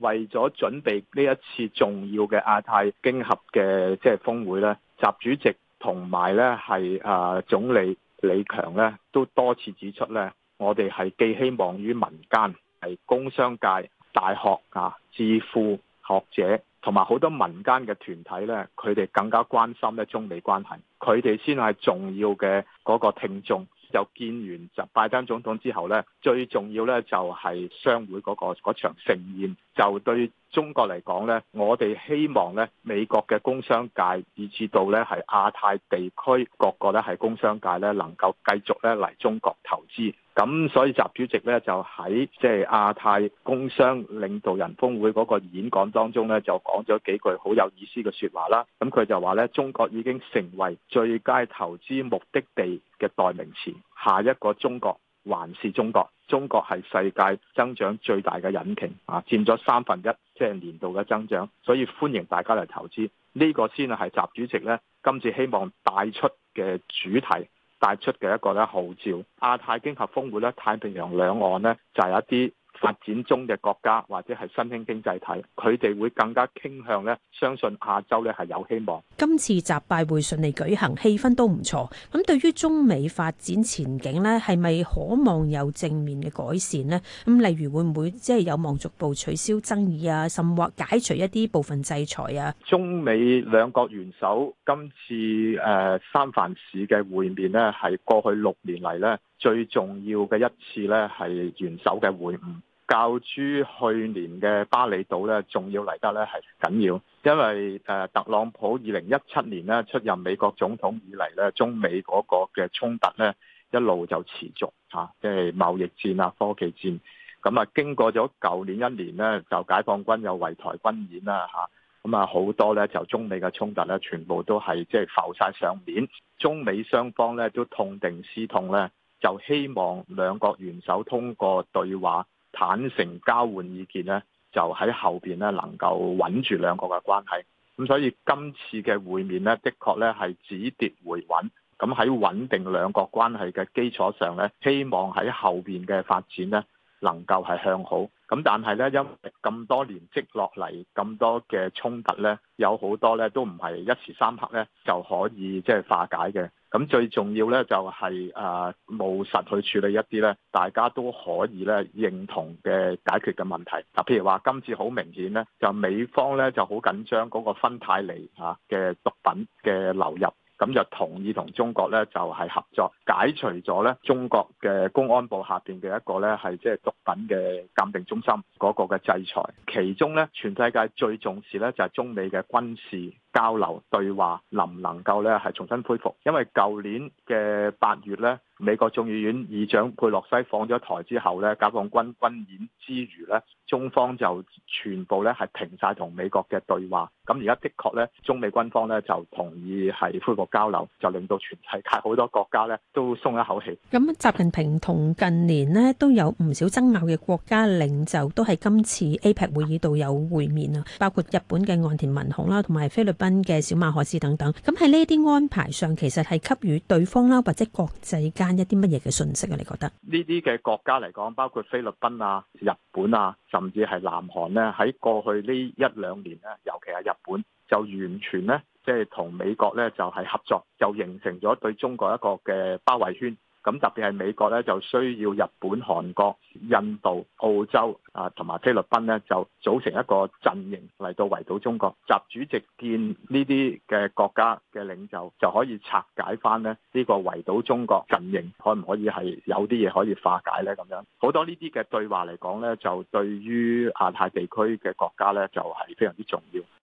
為咗準備呢一次重要嘅亞太經合嘅峰會咧，習主席同埋咧係總理李強咧都多次指出咧，我哋係寄希望於民間，係工商界、大學智庫學者同埋好多民間嘅團體咧，佢哋更加關心咧中美關係，佢哋先係重要嘅嗰個聽眾。就見完就拜登總統之後咧，最重要咧就係商會嗰場盛宴。就對中國嚟講咧，我哋希望咧美國嘅工商界，以至到咧係亞太地區各個咧係工商界咧，能夠繼續咧嚟中國投資。咁所以習主席咧就喺亞太工商領導人峰會嗰個演講當中咧，就講咗幾句好有意思嘅説話啦。咁佢就話咧，中國已經成為最佳投資目的地嘅代名詞，下一個中國還是中國。中國係世界增長最大嘅引擎佔咗1/3，年度嘅增長，所以歡迎大家嚟投資。呢個先係習主席咧今次希望帶出嘅主題，帶出嘅一個咧號召。亞太經合峰會咧，太平洋兩岸咧就係一啲發展中嘅國家或者係新興經濟體，佢哋會更加傾向咧，相信亞洲咧係有希望。 今次習拜會順利舉行，氣氛都唔錯。咁對於中美發展前景咧，係咪可望有正面嘅改善呢？咁例如會唔會有望逐步取消爭議啊，甚或解除一啲部分制裁啊？ 中美兩國元首今次三藩市嘅會面呢，係過去6年嚟呢最重要嘅一次呢，係元首嘅會晤。較諸去年嘅巴厘島咧，仲要嚟得咧係緊要，因為特朗普2017年咧出任美國總統以嚟咧，中美嗰個嘅衝突咧一路就持續即係貿易戰啊、科技戰。咁經過咗舊年1年咧，就解放軍有圍台軍演啦咁好多咧就中美嘅衝突咧，全部都係浮晒上面。中美雙方咧都痛定思痛咧，就希望兩國元首通過對話，坦誠交換意見呢，就喺後邊呢能夠穩住兩國嘅關係。咁所以今次嘅會面呢，的確呢係止跌回穩。咁喺穩定兩國關係嘅基礎上呢，希望喺後邊嘅發展呢能夠係向好。咁但係呢，因為咁多年積落嚟咁多嘅衝突呢，有好多呢都唔係一時三刻呢就可以化解嘅。咁最重要咧就係務實去處理一啲咧，大家都可以咧認同嘅解決嘅問題。譬如話今次好明顯咧，就美方咧就好緊張嗰個芬太尼嘅毒品嘅流入。咁就同意同中國咧就係合作，解除咗咧中國嘅公安部下邊嘅一個咧係毒品嘅鑑定中心嗰個嘅制裁。其中咧全世界最重視咧就係中美嘅軍事交流對話能唔能夠咧係重新恢復？因為舊年嘅8月咧，美國眾議院議長佩洛西放咗台之後咧，解放軍軍演之餘咧，中方就全部咧係停晒同美國嘅對話。咁而家的確咧，中美軍方咧就同意係恢復交流，就令到全世界好多國家咧都鬆一口氣。 咁習近平同近年呢都有唔少爭拗嘅國家領袖都喺今次 APEC 會議度有會面啊，包括日本嘅岸田文雄啦，同埋菲律賓嘅小馬可斯等等。咁喺呢啲安排上，其實係給予對方啦或者國際間一啲乜嘢嘅訊息啊？你覺得呢啲嘅國家嚟講，包括菲律賓啊、日本啊，甚至係南韓呢，喺過去呢1-2年呢，尤其係日本，就完全呢，同美國呢就係合作，就形成咗對中國一個嘅包圍圈。咁特別係美國咧，就需要日本、韓國、印度、澳洲同埋菲律賓咧，就組成一個陣營嚟到圍堵中國。習主席見呢啲嘅國家嘅領袖，就可以拆解翻呢個圍堵中國陣營，可唔可以係有啲嘢可以化解咧？咁樣好多呢啲嘅對話嚟講咧，就對於亞太地區嘅國家咧，就係非常之重要。